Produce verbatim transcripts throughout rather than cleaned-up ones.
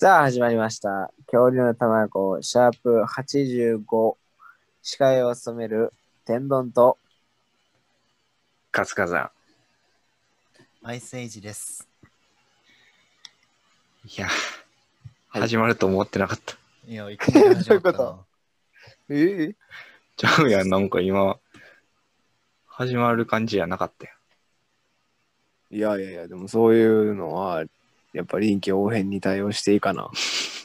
さあ始まりました。恐竜の卵シャープはちじゅうご。司会を務める天丼とカツカザアイスエイジです。 ン。いや、 はい始まると思ってなかった。 いや、いきなり始まったどういうな。 ええちゃうやん、なんか今、始まる感じじゃなかったよ。 いやいやいや、でもそういうのは、やっぱり臨機応変に対応していいかな。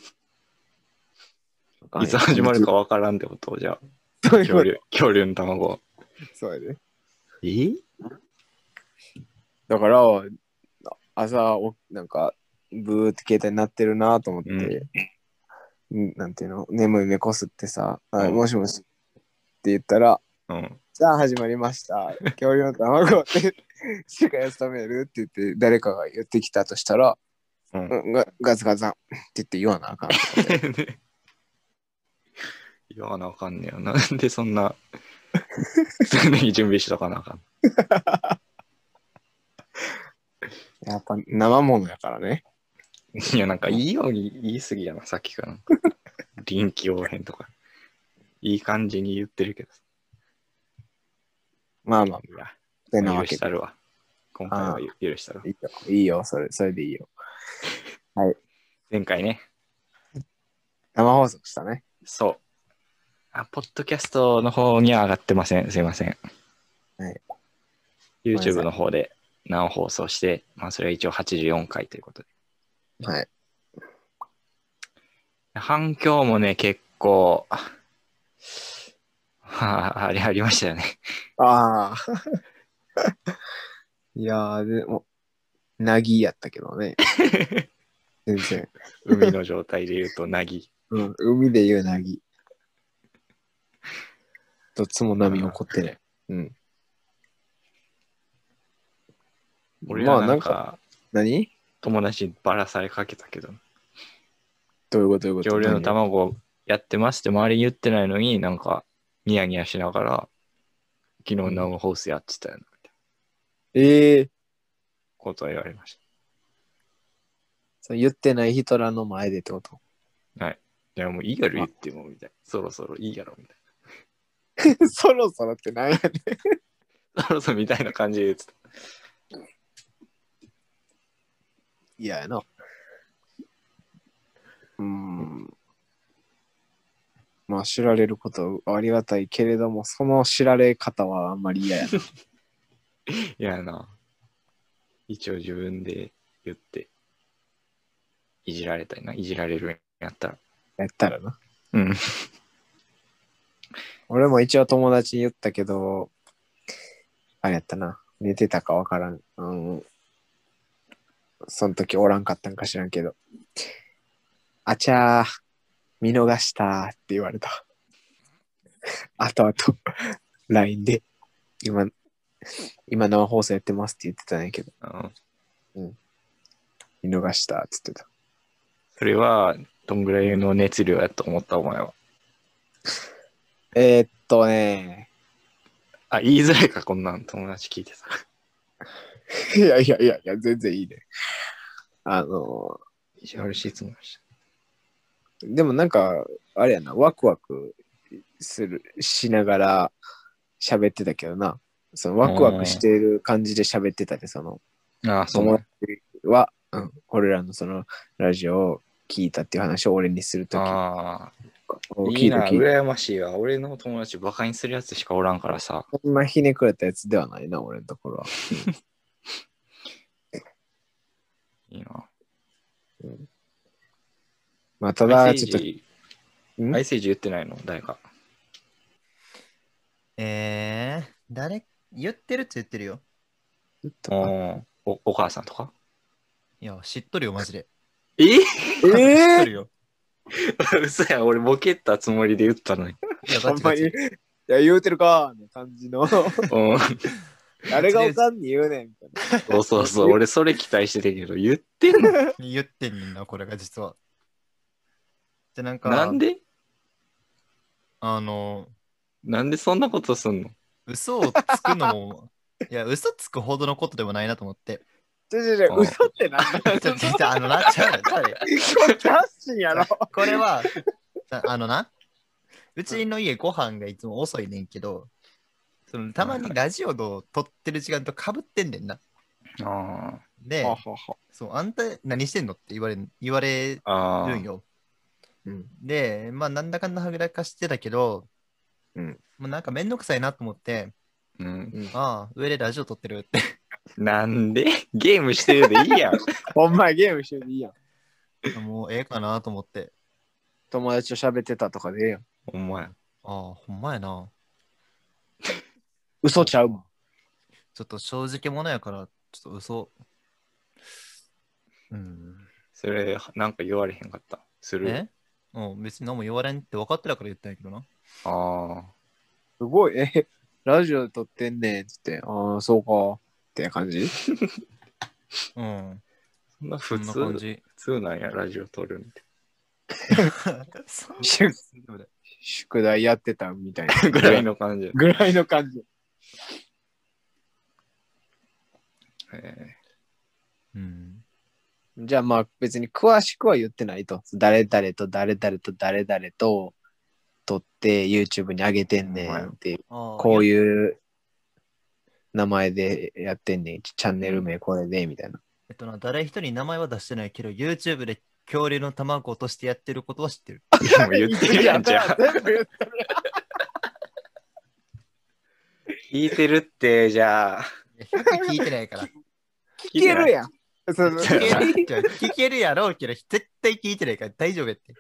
いつ始まるかわからんってことじゃあ、 そういうこと恐竜、恐竜の卵。 そうやで。 えだから、朝、おなんか、ブーって携帯になってるなと思って、うんなんていうの、眠い目こすってさ、あうんもしもしって言ったら、 うん。 さあ始まりました。恐竜の卵って司会を務めるって言って誰かが言ってきたとしたら、 うん。 うんガガツガツンって言って言わなあかんと思って言わなあかんねや。なんでそんな、常に準備しとかなあかん。 やっぱ生ものやからね。 いや、なんかいいように言い過ぎやな、さっきから。臨機応変とか。いい感じに言ってるけど。 まあまあ、 いや、 てなわけで。 許したるわ。今回は許したるわ。 いいよ、いいよ、それ、それでいいよ。はい。 前回ね、 生放送したね。 そう。あ、ポッドキャストの方には上がってません。すいません。 はい。 YouTube の方で生放送して、まあそれは一応はちじゅうよんかいということで。 はい。 反響もね、結構、はあ、あれありましたよね。 ああ。いやー、でも、なぎやったけどね。全然。 海の状態で言うと、なぎ。 うん、海で言うなぎ。どっちも波起こってね。うん。 俺はなんか、 何友達にばらされかけたけど、 どういうことどういうこと恐竜の何卵やってますって周りに言ってないのになんか、ニヤニヤしながら、昨日生放送やってたよな、みたいなええー、 ことを言われましそう言ってない人らの前でってことた。はい。いや、もういいやろ言っても、みたいな。そろそろいいやろ、みたいそろそろってなんやねな。そろそろみたいな感じで言ってた。 いややな。うーん。まあ知られることありがたいけれども、その知られ方はあんまり嫌やな。 いやな。一応自分で言って、いじられたいな。いじられるんやったら。 やったらな。 うん。 俺も一応友達に言ったけど、あれやったな。寝てたかわからん。うん。その時おらんかったんか知らんけど。あちゃー、見逃したって言われた。あとあと、ライン で、今、今生放送やってますって言ってたんやけど、 うん、 見逃したって言ってた。 それは、どんぐらいの熱量やと思ったお前は。 えー、っとね、 あ、言いづらいか、こんなん友達聞いてた。 いやいやいやいや、全然いいね。あの意地悪質問しー、でもなんか、あれやな、ワクワクする、しながら喋ってたけどな。そのワクワクしてる感じで喋ってたで、その、 た。あ、そう友ね。 達は、うん、俺らのそのラジオを聞いたっていう話を俺にするとき。 ああ、い聞いな、 いた聞いた。 羨ましいわ。俺の友達バカにするやつしかおらんからさ。 そんなひねくれたやつではないな、俺のところは。 いいな。 うん、まあ、ただ、ちょっと、 アイセージ言ってないの誰か。 えー、誰言ってるって言ってるよ。 おお、お母さんとかいや、知っとるよ、マジで。 ええ知っとるよ。 嘘や、俺ボケったつもりで言ったのに。 いや、 ほんまに、いガチガチ。 や、言うてるかーの感じの。 うん。 誰がおかんに言うねんみたいな。 そうそうそう、俺それ期待してたけど、言ってんの言ってんねんな、これが実は。で、なんか、 なんであの、 なんでそんなことすんの嘘をつくのも、いや、嘘つくほどのことでもないなと思って。 ちょちょちょ、 うん嘘ってなんだちょ、ちょ、ちょ、あのな、ちゃうね、ちゃうね。 こっち発信やろ。 これは、ああのな、うちの家ご飯がいつも遅いねんけど、そのたまにラジオの撮ってる時間とかぶってんねんな。 あで、 ははは。 そう、あんた何してんのって言われ言われあ。ああ。 るんよ。 うん。 で、まあ、なんだかんだはぐらかしてたけど、 うん。 もうなんかめんどくさいなと思って、 うん。 うん、 ああ、上でラジオ撮ってるって。 なんでゲームしてるでいいやん。 ほんまやゲームしてるでいいやん。 もうええかなと思って。 友達と喋ってたとかでええやん。 お前。 ああ、ほんまやな。 嘘ちゃうもん。 ちょっと正直者やから、ちょっと嘘。うん。 それ、なんか言われへんかった。する。 えうん、別に何も言われんって分かってたから言ったんやけどな。 ああ。 すごい、え、ラジオ撮ってんねんっつって、ああ、そうか。って感じうん。 そんなそんな普通、普感じ。 通なんや、ラジオ撮るんって。 そう宿宿題やってたみたいなぐらいの感じ。 ぐらいの感じ。 えうん。 じゃあまあ別に詳しくは言ってないと。誰々と誰々と誰々と撮って YouTube に上げてんねんっていう。 ああ、 こうう。 いう名前でやってんねん。チャンネル名これでみたいな。 えっとな、誰一人名前は出してないけど、YouTube で恐竜の卵としてやってることは知ってる。 ー、いやもう言ってるやんじゃん。 全部言ってる聞いてるって、じゃあ。 いやひゃく聞いてないから。 聞けるやん。その聞けるじゃあ聞けるやろうけど、絶対聞いてないから大丈夫やって。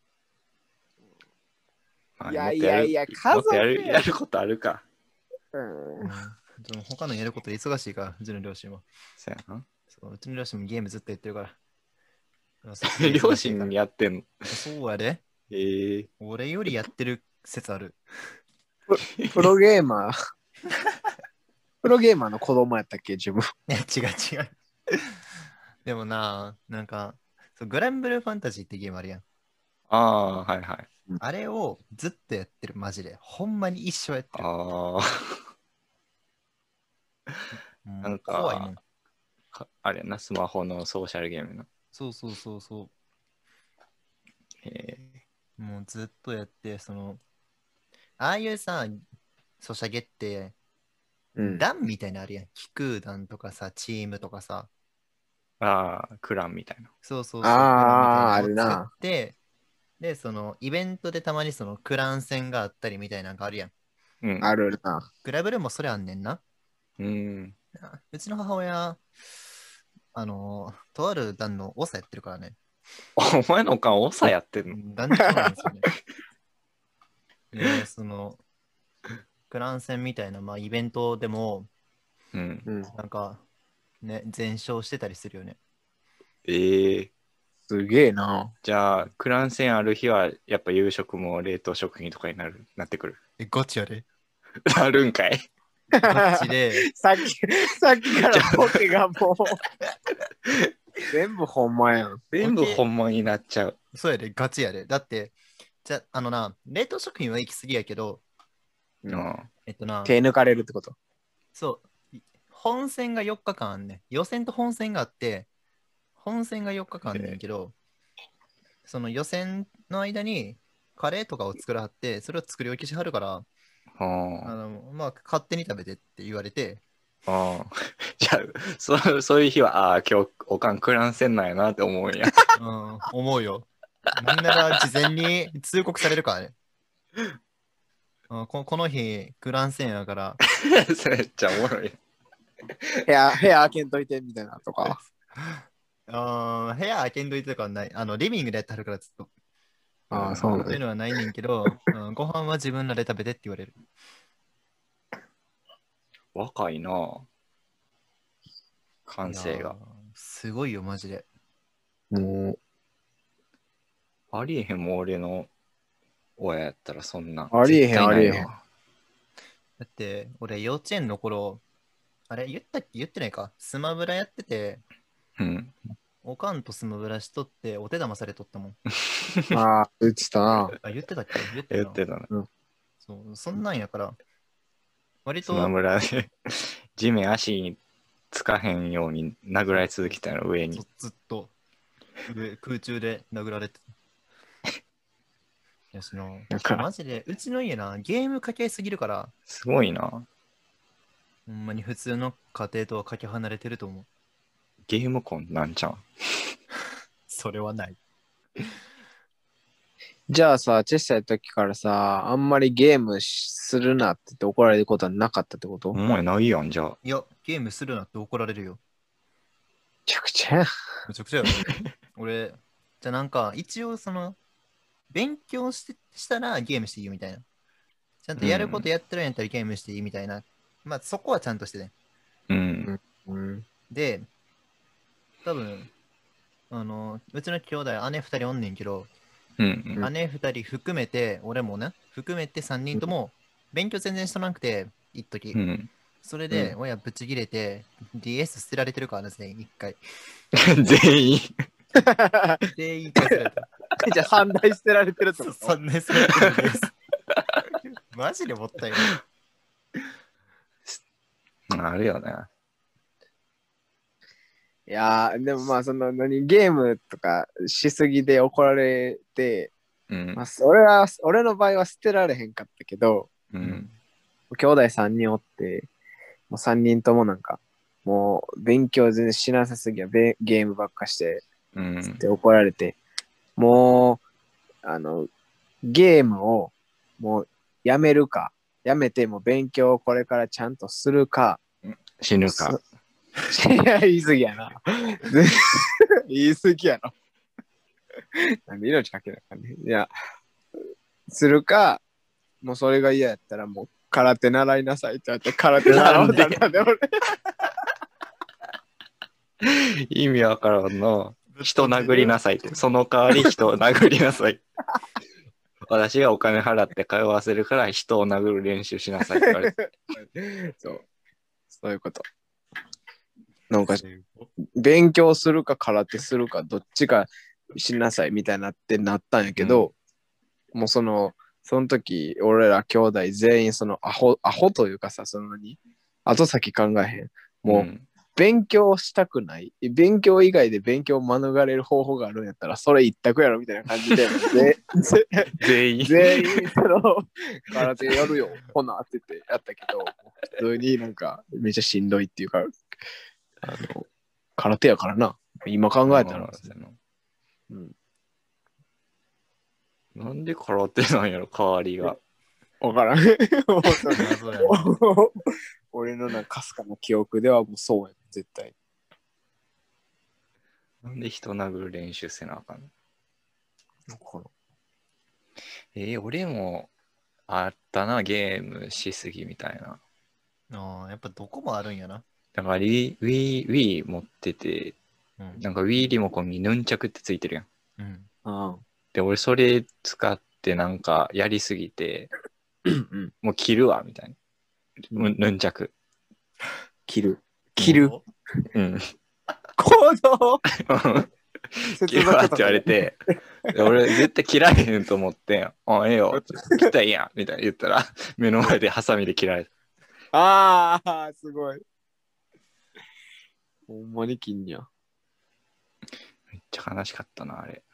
まあいやいやいや、家族もっとやるやることあるか。 うんうん、でも他のやること忙しいから、うちの両親は。 そうやな。 そううちの両親もゲームずっとやってるから。そっち両忙しいから親やってんの。 そうやで。 ええ俺よりやってる説ある。 プロゲーマー。プロゲーマーの子供やったっけ自分。 いや、違う違う。でもな、なんか、そうグランブルーファンタジーってゲームあるやん。 ああ、はいはい。 あれをずっとやってる、マジで。ほんまに一生やってる。 あもうなんか怖いもん。 あ、かあれやな、スマホのソーシャルゲームの。 そうそうそうそえう。もうずっとやって、その、ああいうさ、ソシャゲって、 うん。 団みたいなのあるやん。気空団とかさ、チームとかさ。 ー、ああ、クランみたいな。 あーそうそうそう。クランみたいなのをあるな作って、で、その、イベントでたまにその、クラン戦があったりみたいなのがあるやん。 うん。 あるな。 グラブルもそれあんねんな。 うん。 うちの母親、あの、とある団の長やってるからね。 お前のおかん、オサやってんの。 団長なんですよね。で、その、クラン戦みたいな、まあ、イベントでも、 うん。 うん。 なんか、ね、全勝してたりするよね。 ええすげえな。 じゃあ、クラン戦ある日は、やっぱ夕食も冷凍食品とかになる、なってくる。 え、ガチやで。 あるんかい。 ガチで、 さっき、さっきからボケがもう、全部ほんまやん。 全部ほんまになっちゃう。 そうやで、ガチやで。だって、じゃ、あのな、冷凍食品は行き過ぎやけど、 うん。あえっとな、 手抜かれるってこと。 そう、本戦がよっかかんあんねん。予選と本戦があって、本戦がよっかかんあんねんけど、その予選の間にカレーとかを作らはって、それを作り置きしはるから、ああ。 の、まあ、勝手に食べてって言われて、 ああ。じゃあ、そうそういう日は、ああ、今日おかんクラン戦なんやなって思うんや。 うん、思うよ。なんなら事前に通告されるからね。うん、ここの日、クラン戦やから、 それめっちゃおもろい。 部屋、部屋開けんといてみたいなとか。 あー部屋開けんといてとかはない。あの、リビングでやってはるからずっと。 ああ、そうなんだ。 そういうのはないねんけど、うん、ご飯は自分らで食べてって言われる。 若いなぁ。感性がいやー。すごいよ、マジで。 もありえへんもん俺の親やったらそんな。 う、ありえへん、 絶対ないわありえへん。 だって、俺、幼稚園の頃、あれ、言ったっけ言ってないか。スマブラやってて、 うん。 おかんとスマブラしとって、お手玉されとったもん。 ああ、言ってたな。 あ、言ってたっけ言ってたな言ってたね。 そう、そんなんやから、割スマと、 ブラで地面足につかへんように殴られ続けたの上にず。ずっと上空中で殴られてた。よしのなんかマジでうちの家なゲームかけすぎるからすごいな。 ほんまに普通の家庭とはかけ離れてると思う。 ゲーム婚なんちゃうん。 それはない。 じゃあさ、小さい時からさ、あんまりゲームするなって言って怒られることはなかったってこと？ おめ前ないやんじゃあ。 いやゲームするなって怒られるよ。 ちゃくちゃや。 めちゃくちゃよ。俺じゃあなんか一応その勉強してしたらゲームしていいよみたいな。ちゃんとやることやってるんやったらゲームしていいみたいな。まあそこはちゃんとしてね。 うん。 うん。 で、多分、あの、うちの兄弟、姉二人おんねんけど、 うん。 うん姉二人含めて、俺もね、含めて三人とも、勉強全然しとらなくて、一時、 うん。 それで、親ぶち切れて、ディーエス 捨てられてるからね、全員、一回。 全員。 全員一回捨てられてる。 じゃあさんだい捨てられてるってこと？ 三年捨てられてるです。マジでもったいない。 あるよね。 いやー、でもまあその何ゲームとかしすぎで怒られて、 うんまあ、。俺は俺の場合は捨てられへんかったけど、 うん。 兄弟さんにんおって、もうさんにんともなんか、もう勉強全然しなさすぎや、べゲームばっかして、 うんつって怒られて、もう、あの、ゲームをもうやめるか、やめてもう勉強をこれからちゃんとするか、 死ぬか。 いや、言い過ぎやな。言い過ぎやろ。なんで命かけなあかんねん。いや、するか、もうそれが嫌やったらもう空手習いなさいって言って空手習おうってなって俺。 意味わからんの。人殴りなさいって。その代わり人を殴りなさい。私がお金払って通わせるから人を殴る練習しなさいって言われて。 そう。そういうこと。なんか、勉強するか空手するかどっちかしなさいみたいになってなったんやけど、もうその、その時、俺ら兄弟全員そのアホ、アホというかさ、そのに、後先考えへん。もう、 ん勉強したくない。勉強以外で勉強を免れる方法があるんやったら、それ一択やろみたいな感じで、で全員。 全員その空手やるよ、ほなって言ってやったけど、普通になんかめっちゃしんどいっていうか、あの、空手やからな。今考えたら。うん、 なんで空手なんやろ、代わりが。 わからん。 謎やな俺のなんかかすかな記憶ではもうそうや、絶対。 なんで人殴る練習せなあかんの。えー、俺もあったな、ゲームしすぎみたいな。 ああ、やっぱどこもあるんやな。 だから Wii, Wii, Wii 持ってて、 うん。 なんか Wii リモコンにヌンチャクってついてるやん。 うん。 あで、俺それ使ってなんかやりすぎて、 うん。 もう切るわ、みたいな。ヌヌンチャク。 切る。切る。 うん。 行動切るわって言われて、で俺絶対切らへんと思って、あ、ええよ、切ったらいいやん、みたいな言ったら、目の前でハサミで切られた。 ああ、すごい。ほんまに切んにゃ。 めっちゃ悲しかったな、あれ。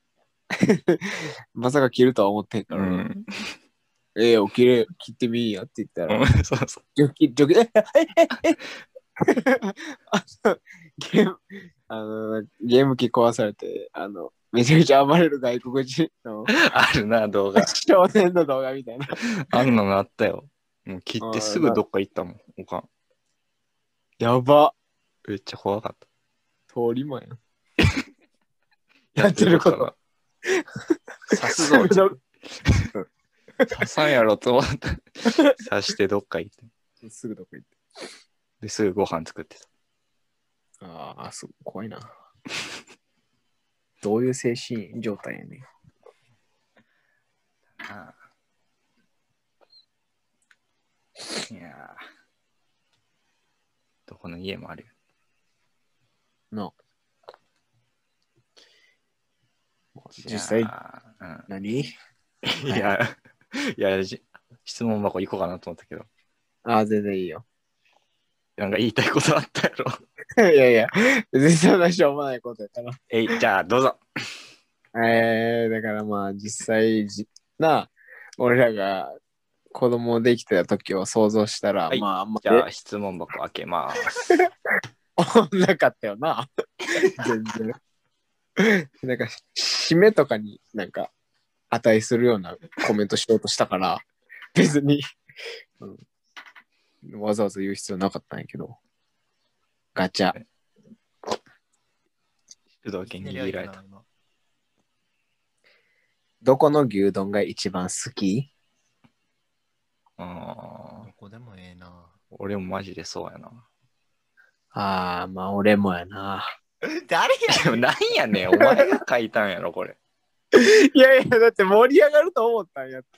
まさか切るとは思ってんからな。 うん。 ええよ、切れ、切ってみいやって言ったら、 うんそうそう。 ジョキ、ジョキ、え、え、え、え、あの、ゲーム、あの、ゲーム機壊されて、あの、めちゃくちゃ暴れる外国人のあるな、動画。 少年の動画みたいな。 あんなのあったよ。もう切ってすぐどっか行ったもん、おかん。 やば。 めっちゃ怖かった。 通り魔やん。やってること。 刺すぞ。刺さんやろと思った。刺してどっか行って。 すぐどこ行って。 ですぐご飯作ってた。 ああ、すごい怖いな。どういう精神状態やねん。 ああいやーどこの家もあるよ。 の。実い際、 やーうん何いや、いや、じ質問箱行こうかなと思ったけど。 ああ、全然いいよ。 なんか言いたいことあったやろ。 いやいや、別にそんなしょうもないことやったな。 えい、じゃあどうぞ。 えー、だからまあ実際じな、俺らが子供できた時を想像したら、 はいまああんまじゃあ質問箱開けます。 なかったよな。全然。なんか、締めとかになんか値するようなコメントしようとしたから、別に、うん、わざわざ言う必要なかったんやけど。ガチャ。 主導権握られた。 どこの牛丼が一番好き？ あどこでもええな。 俺もマジでそうやな。 ああ、まあ俺もやな。 誰でもなんやねん、お前が書いたんやろ、これ。 いやいや、だって盛り上がると思ったんやって。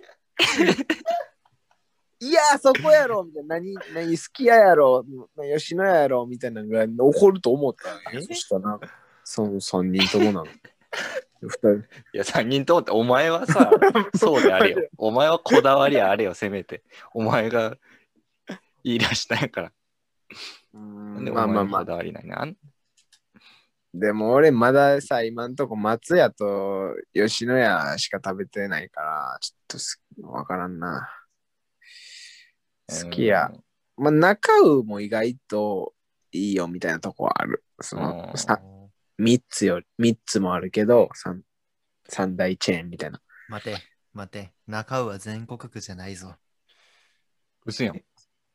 いやー、そこやろみたいな。何、何好きややろ吉野家やろみたいなのが怒ると思ったんや。そしたら、そのさんにんともなの。ふたり。 いや、さんにんともって、お前はさ、そうであれよ。お前はこだわりあれよ、せめて。お前が言い出したんやから。なんでおまあまあまあ前のこ。だわりないね。あんでも俺まださ、今んとこ松屋と吉野家しか食べてないから、ちょっとすわからんな。好きや。まあ中尾も意外といいよみたいなとこはある。そのうんさみっつより、みっつもあるけど、三三大チェーンみたいな。 待て、待て。中尾は全国区じゃないぞ。 嘘やん。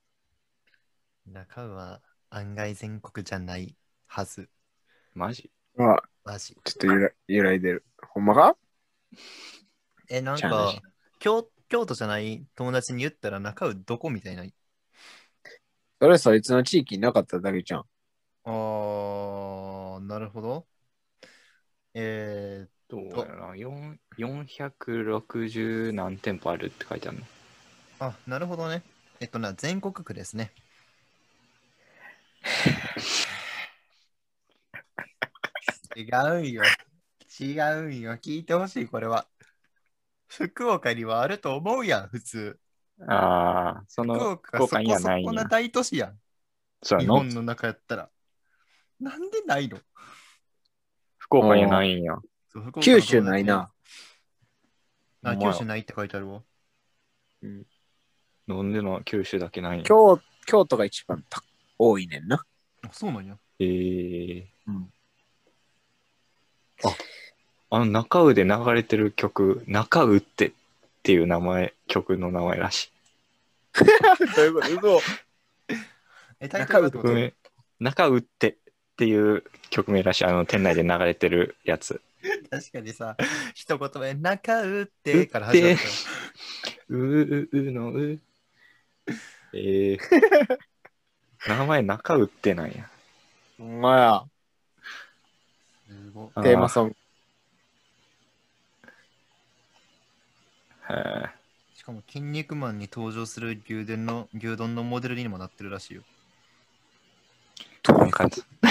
中尾は案外全国じゃないはず。 マジあ、 マジ。 ちょっと揺ら揺らいでる。ほんまか？ え、なんちゃうか、京京都じゃない友達に言ったら中尾どこみたいな。 それそいつの地域になかっただけじゃん。 あー、なるほど。えどうやらな、よん よんひゃくろくじゅう何店舗あるって書いてあるの。 ー、あ、なるほどね。えっとな、全国区ですね。違うんよ。違うんよ。聞いてほしい、これは。福岡にはあると思うやん、普通。 ああ、そ福の岡そ福岡にこはないんやそこな。大都市やん。 そうやの日本の中やったら。なんでないの？ 福岡にはないんや。 そう福岡の九州ないな。 あ、 ほんまや九州ないって書いてあるわ。 うん、 なんでな、九州だけないんや。 京京都が一番た多いねんな。 あ、そうなんや。 えー、 うん、 あの中尾で流れてる曲、中尾ってっていう名前、曲の名前らしい。 どういうこと？ え、タイトルはってこと？ 曲名、中尾ってっていう曲名らしい。あの店内で流れてるやつ。 確かにさ、一言目、中打ってから始まったよ。 うううのう。えー、名前中尾ってなんや。 ほんまや。 すごい。 あーテーマソング。 へーしかも、筋肉マンに登場する牛丼の牛丼のモデルにもなってるらしいよ。 なんか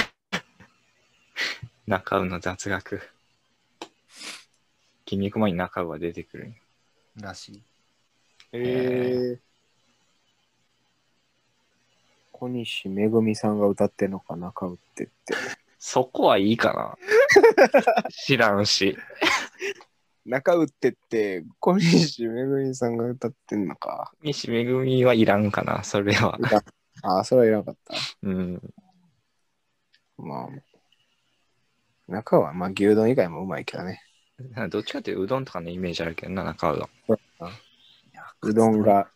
中尾の雑学。筋肉マンに中尾が出てくるんや。 らしい。 へえ。小西めぐみさんが歌ってんのかな、中尾ってって。 そこはいいかな。知らんし。 中尾ってって小西めぐみさんが歌ってんのか。 西めぐみはいらんかな、それは。 ああ、それはいらなかった。 うん。 まあ、中尾はまあ牛丼以外もうまいけどね。 どっちかっていうとうどんとかのイメージあるけどな、中うどん。 うどんが。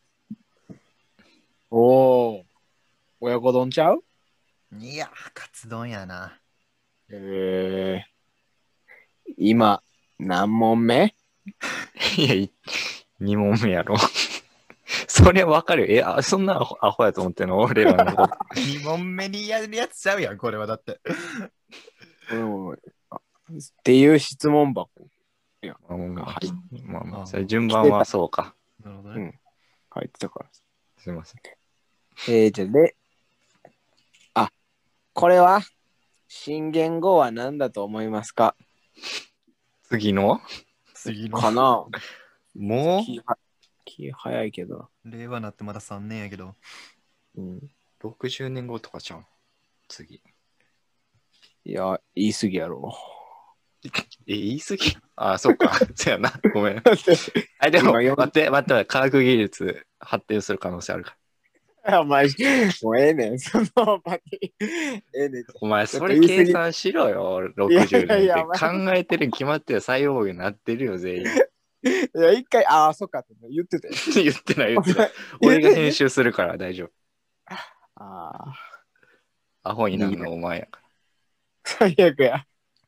おお。親子丼ちゃう？ いや、カツ丼やな。 えー、今、何問目？ いや、いに問目やろ。それわかるよ。え、あ、そんなアホアホやと思ってんの俺らのこと。 に問目にやるやつちゃうやん、これはだって。 うんっていう質問箱。いや、 まあまあはいまあまあ、 あそれ順番はそうか。 なるほどね。 うん書いてたから。 すいません。 えー、じゃあ、で、あ、これは新言語は何だと思いますか？ 次の次の。 かなもう気は気早いけど。 令和なってまださんねんやけど。 うん。 ろくじゅうねんごとかちゃうん次。 いや、言い過ぎやろ。 え、言い過ぎあ、そうか。そうやな。ごめん。 だってあ、でも、 今よん待って、待って、待って、科学技術発展する可能性あるから。 あ、マジ。もうええねん。その場に。ええねん。 お前、それちょっと言い過ぎ計算しろよ、ろくじゅうねんって。 いやいやいや考えてるに決まってる最後になってるよ、全員。 いや、一回、ああ、そっかって言ってたよ。 言ってない、言ってない。俺が編集するから大丈夫。 ああ、 アホになるのお前やか最悪や。 ら。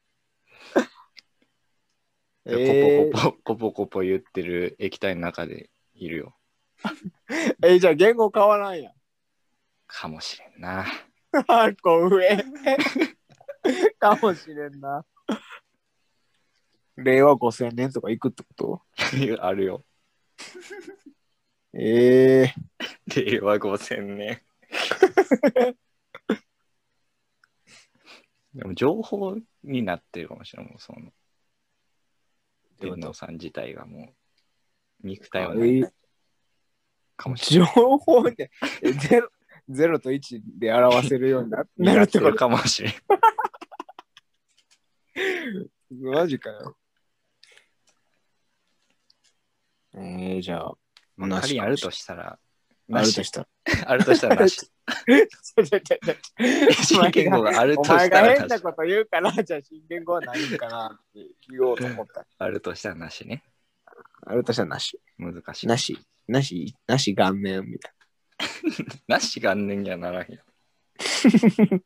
えコポコポ、コポコポ言ってる液体の中でいるよ。 ー、えーじゃあ言語変わらんやん。 かもしれんな。 こう上。かもしれんな。令和ごせんねんとか行くってことあるよ。 ええ令和ごせんねん。でも情報になってるかもしれんもん、その。天皇さん自体がもう肉体はないえーかもしれ情報でえゼロ、ゼロといちで表せるようにななない。なっててるるっことかもしれん。 マジかよ。えー、じゃあ、 まあ、 なし仮にあるとしたら、 あるとしたら。 あるとしたらなし。 ちょちょちょちょ新言語があるとお前したらなしが変な。こと言うから、じゃあ新言語はないんかなって言おうと思った。 あるとしたらなしね。 あるとしたらなし。 難しい。 なし、なし、なし顔面みたいなし元年にはならへん。 な。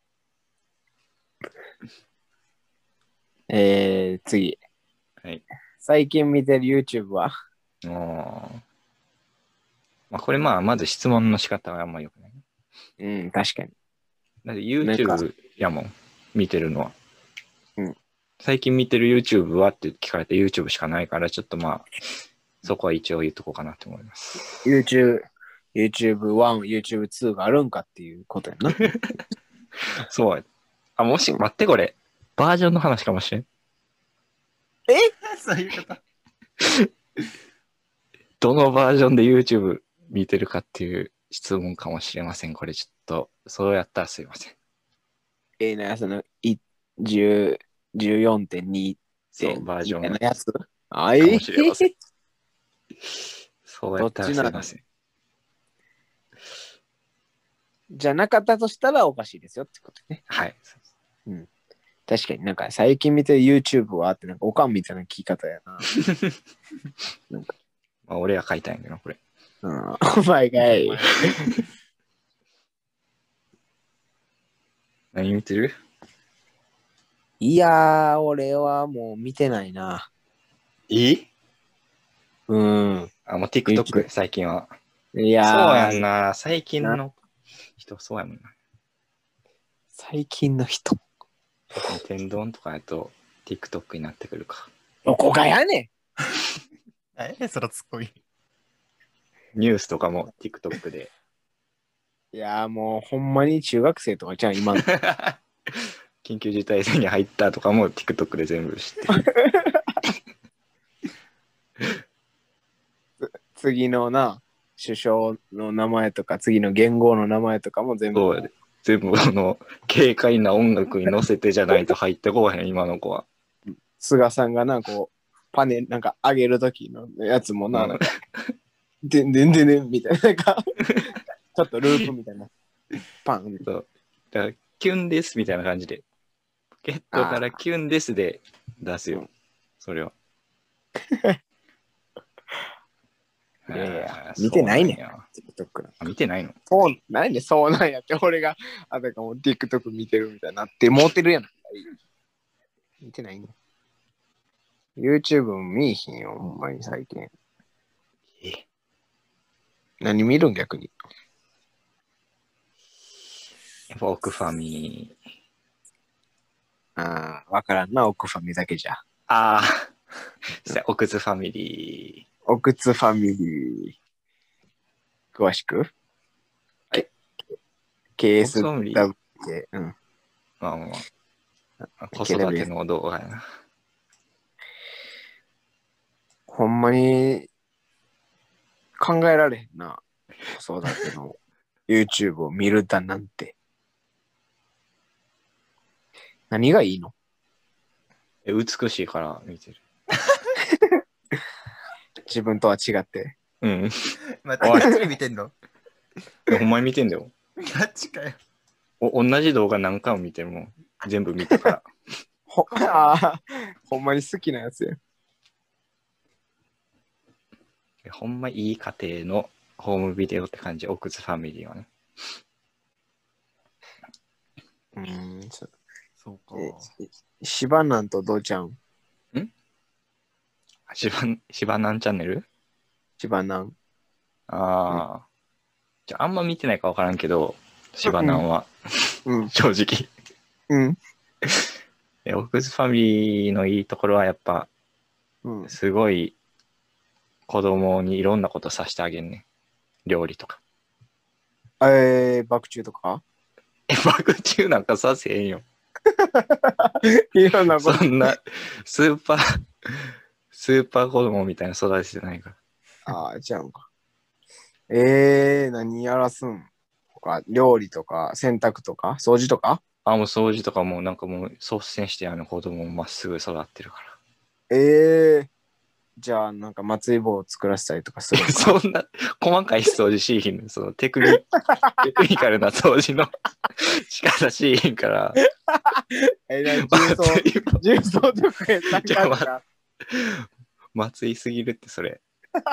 えー、次。 はい。 最近見てる YouTube はおーまあ、これまあ、まず質問の仕方があんま良くない。 うん、確かに。 だってなんか YouTube やもん、見てるのは。 うん最近見てる YouTube はって聞かれて YouTube しかないから、ちょっとまあ、そこは一応言っとこうかなと思います。 YouTube、YouTube ワン、YouTube ツーがあるんかっていうことやな。 そう。あ、もし、待ってこれ。バージョンの話かもしれん。 そういうこと。 どのバージョンで YouTube 見てるかっていう質問かもしれません。これちょっと、そうやったらすいません。 えー、な、その、いじゅう、じゅうよんてんにそう、バージョンみたいかなやつあいもしれません。そうやったらすいません。 じゃなかったとしたらおかしいですよってことね。 はい。 確かになんか最近見てる YouTube はってなんかおかんみたいな聞き方やな。 まあ、俺は書いたんやけど、これ。 うん、お前がい。 何見てる？ いやー、俺はもう見てないな。 えうん。 あ、もう TikTok 最近は。 いやそうやーんな。最近の人、そうやもんな。 最近の人。 天丼とかやと TikTok になってくるか。 どこがやねえ、そのツッコミ。 ニュースとかも TikTok で。 ん。いやーもうほんまに中学生とかじゃん、今の。 緊急事態宣言入ったとかも TikTok で全部知ってる。 次のな、首相の名前とか、次の元号の名前とかも全部。 そうやで。全部この軽快な音楽に乗せてじゃないと入ってこうへん、今の子は。 菅さんがな、こう、パネル、なんか上げるときのやつもな、 うんなんか、でんでんでんでんみたいな、なんか、ちょっとループみたいな。パンみたいそうだからキュンですみたいな感じで。ポケットからキュンですで出すよ。それは。 いやいやあー見てないねんそうなんやな。TikTok の。 あ見てないの？ そう、なんでそうなんやって、俺が、あたかも TikTok 見てるみたいになって、持ってるやん。見てないね。YouTube も見いひんよ、ほんまに最近。 え何見るん逆に。 やっぱ奥ファミ。 ああ、わからんな、奥ファミだけじゃ。 ああ、奥津ファミリ奥津ファミリー。詳しくはいケー奥エスファミリーダブリュー うん。 ー。まあまあまあ、子育ての動画やな。 ほんまに考えられへんな。子育ての YouTube を見るだなんて。何がいいの？ え美しいから見てる。 自分とは違って。 うん。 待って、ガチで見てんの？ ほんまに見てんだよ。 ガチかよ。 お同じ動画何回も見ても全部見たから。 ほあほんまに好きなやつや。 ほんまいい家庭のホームビデオって感じ、オクズファミリーはね。 うーん、そそうか。 えしばなんとどうちゃん？ しば、しばなんチャンネル？ しばなん。 ああ、じゃああんま見てないか分からんけど、しばなんは、 うん。 正直。 うん。 えオクズファミリーのいいところはやっぱ、 うん。 すごい子供にいろんなことさせてあげんね。料理とか。 えー、爆中とかえ、爆中なんかさせへんよ。 いろんなこと。 そんな、スーパー、スーパー子供みたいな育ててないから。 ああ、ちゃうんか。えー、何やらすん？他料理とか洗濯とか掃除とか？ あ、もう掃除とかもなんかもう率先してあの子供もまっすぐ育ってるから。 えー、じゃあなんか松井棒を作らせたりとかするのかな？ そんな細かい掃除しいひんの。そのテクニ、テクニカルな掃除の仕方しいひんから。 えー、重曹、重曹とかやったんじゃあまか。 松井すぎるってそれ。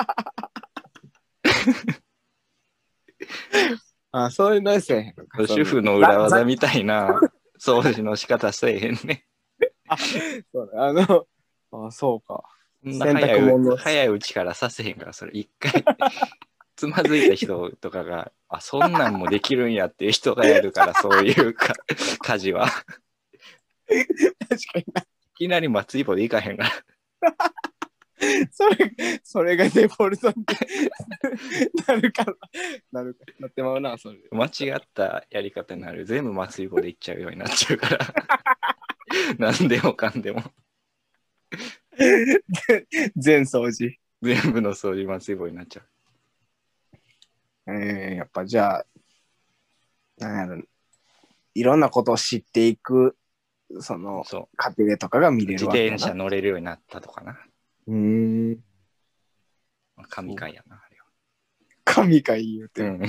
あ、そういうのせえへんのか。 主婦の裏技みたいな掃除の仕方せえへんね。 あ、そうだあの、あ、そうか。 そんな早い洗濯物早いうちからさせへんから、それ一回つまずいた人とかが、あ、そんなんもできるんやっていう人がやるから、そういうか家事は。 確かにな。 いきなり松井棒でいかへんから。 それ、それがデフォルトってなるかな。なるか。なってまうな、それ。 間違ったやり方になる。全部松井棒でいっちゃうようになっちゃうから。なんでもかんでも。 全掃除。 全部の掃除松井棒になっちゃう。 えー、やっぱじゃあ、なんやろ、いろんなことを知っていく、その、 そ家庭とかが見う。自れるわけやな。 転車乗れるようになったとかな。 うーん。 神回やな、あれは。 神か言うてる。 うん。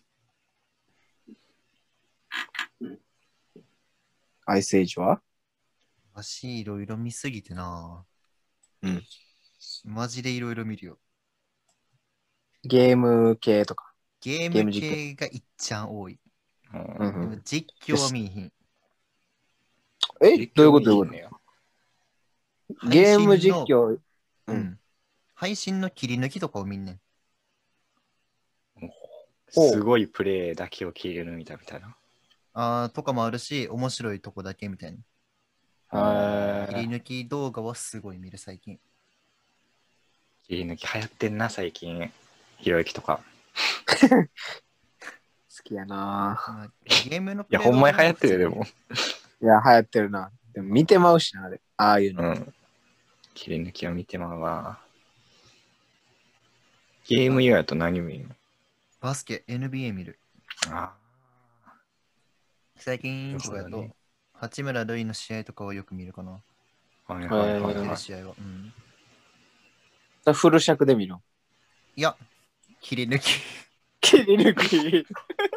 アイスエイジは？ わしいろいろ見すぎてな。 うん。 マジでいろいろ見るよ。 ゲーム系とか。 ゲームゲーム実況系がいっちゃん多い。 うんうんでうんも実況は見えひん。 えどういうことどういうこや。 と？ゲーム実配信の況。 ううんん。配信の切り抜きとかを見んねん。 すごいプレイだけを切れるみたいみたいな。 あーとかもあるし、面白いとこだけみたいな。 あ切り抜き動画はすごい見る最近。 切り抜き流行ってんな、最近。ひろゆきとか。 好きやな。 まあ、ゲームのいや、ほんまに流行ってるよ、でも。 いや、流行ってるな。でも見てまうしな、あれ。ああいうの。 うん。切り抜きを見てまうわ。ゲーム用やと何見るの？ バスケ、エヌビーエー 見る。 あ最近とかやと、 なるほどね八村塁の試合とかをよく見るかな。 あ。はいはいはい、 見てはい。 る試合は。うん。 フル尺で見るの。 いや、切り抜き。 切り抜き。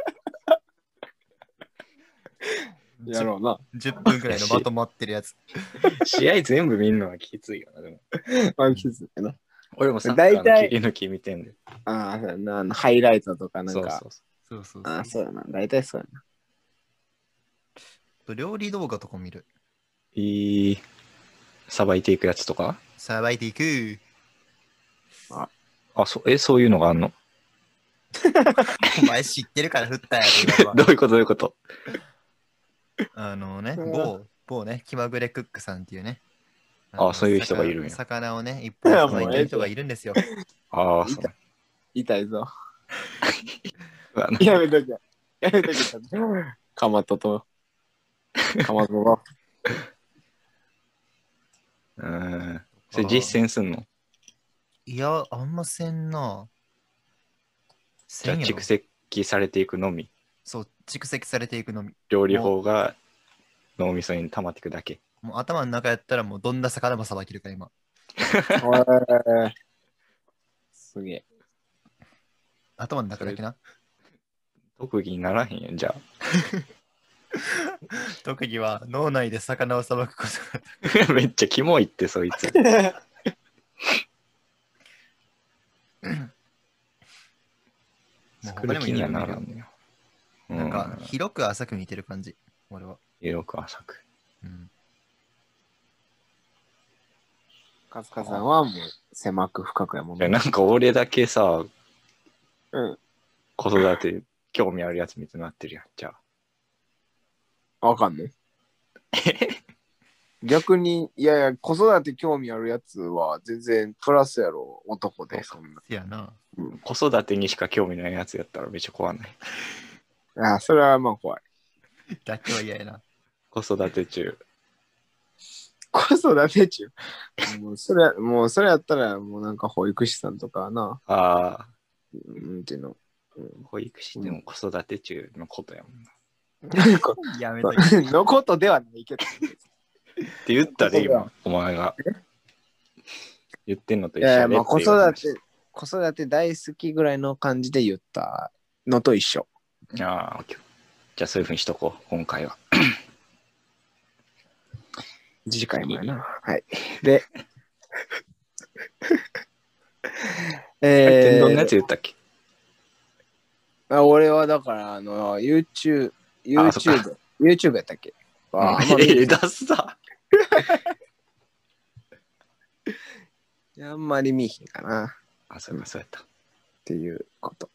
やろうな。 じゅっぷんくらいのまとまってるやつ。 試合全部見るのはきついよな、でも。 まあ、気づいたな。 俺もサッカーの切り抜き見てんで。 ああ、そうやな。あのハイライトとかなんか。 そうそうそそうそうああ、 そそうやな。大体そうやな。 う。料理動画とか見る。 う。いい。さばいていくやつとか？ さばいていく。 あ、そえ、そういうのがあんの？ お前知ってるから振ったやろ、 どういうことどういうこと？ あのね、 うん某、某ね、気まぐれクックさんっていうね。 あのそういう人がいるんや魚魚をね、いっぱいさばいてる人がいるんですよ。 ああ、そう。 痛いぞ。 あのやめとけ。やめとけ。かまとと。かまとと。 うん。それ実践すんの？ いや、あんませんな。 じゃあせんやろ蓄積、 積されていくのみ。 そう、蓄積されていくのみ。 料理法が脳みそに溜まっていくだけ。 もう頭の中やったらもうどんな魚もさばけるから今。 おいすげえ。 頭の中だけな。 特技にならへんやん、じゃ特技は脳内で魚をさばくことが。 あ。めっちゃキモいって、そいつ。 もう作る気にはならんねよ。 なんかう広く浅く似てる感じ。俺は。 広く浅く。 うん。 カズカさんはもう狭く深くやもんいや、 ね。 なんか俺だけさ、 うん。 子育て興味あるやつみたいになってるやん、じゃあ。 わかんの逆に、いやいや、子育て興味あるやつは全然プラスやろ、男で、そんな。 せやな。 子育てにしか興味ないやつやったらめっちゃ怖ない。 ああ、それはまあ怖い。 だけは嫌やな。 子育て中。 子育て中。もうそれ、もうそれやったら、もうなんか保育士さんとかな。 ああ、 うんっていうの。うん、 保育士でも子育て中のことやもんな。 やめとけ。 のことではないけど。 って言ったら今、お前が。言ってんのと一緒いやいや、まあ子やでっていう話。 育て、子育て大好きぐらいの感じで言ったのと一緒。 ああ、オッケー。じゃあそういうふうにしとこう、今回は。 次回もやな。はい。で、え天丼のやつ言ったっけ？ あ俺はだから、あの、YouTube、 あそっか YouTube、YouTube やったっけああんま見ええ、出すさ。 あんまり見えひんかなっあ、そうか、そうやった。 ていうこと。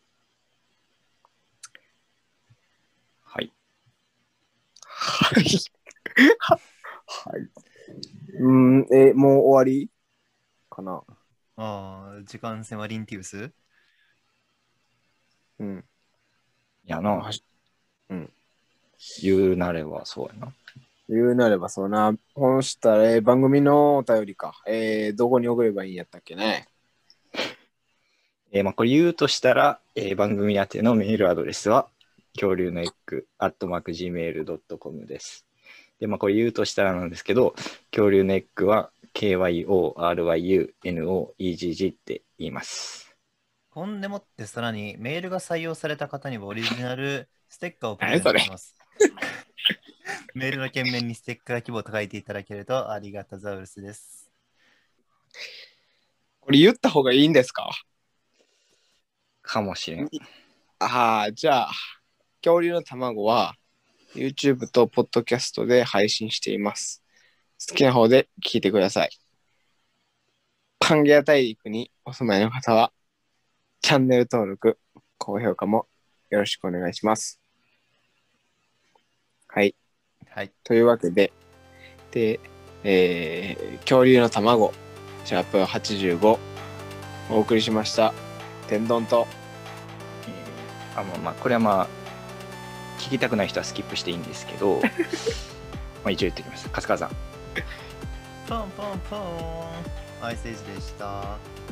はい。 はい。はい。うん、え、もう終わりかなああ、時間迫りんティウス。 うん。 やな。 うん。 言うなればそうやな。 言うなればそうな。こうしたら、えー番組のお便りか。えーどこに送ればいいんやったっけね。 えーまあ、これ言うとしたら、えー番組宛てのメールアドレスは、恐竜のエッグ、アットマーク、ジーメールドットコム です。で、まあ、これ言うとしたらなんですけど、恐竜のエッグは、ケーワイオーアールワイユーエヌオーイージージー って言います。 ほんでもってさらにメールが採用された方にはオリジナルステッカーをプレゼントします。メールの件名にステッカー希望と書いていただけるとありがたザウルスです。 これ言った方がいいんですかかもしれん。 ああ、じゃあ、恐竜の卵は YouTube と Podcast で配信しています。好きな方で聞いてください。パンゲア大陸にお住まいの方は、チャンネル登録、高評価もよろしくお願いします。はい。 はい。 というわけで、で、えー、恐竜の卵、シャープはちじゅうご、お送りしました。天丼と、 えーあまあまあ、これはまあ、聞きたくない人はスキップしていいんですけど、まあ一応言っておきます。カスカさん。 ポンポンポン。アイスエイジでした。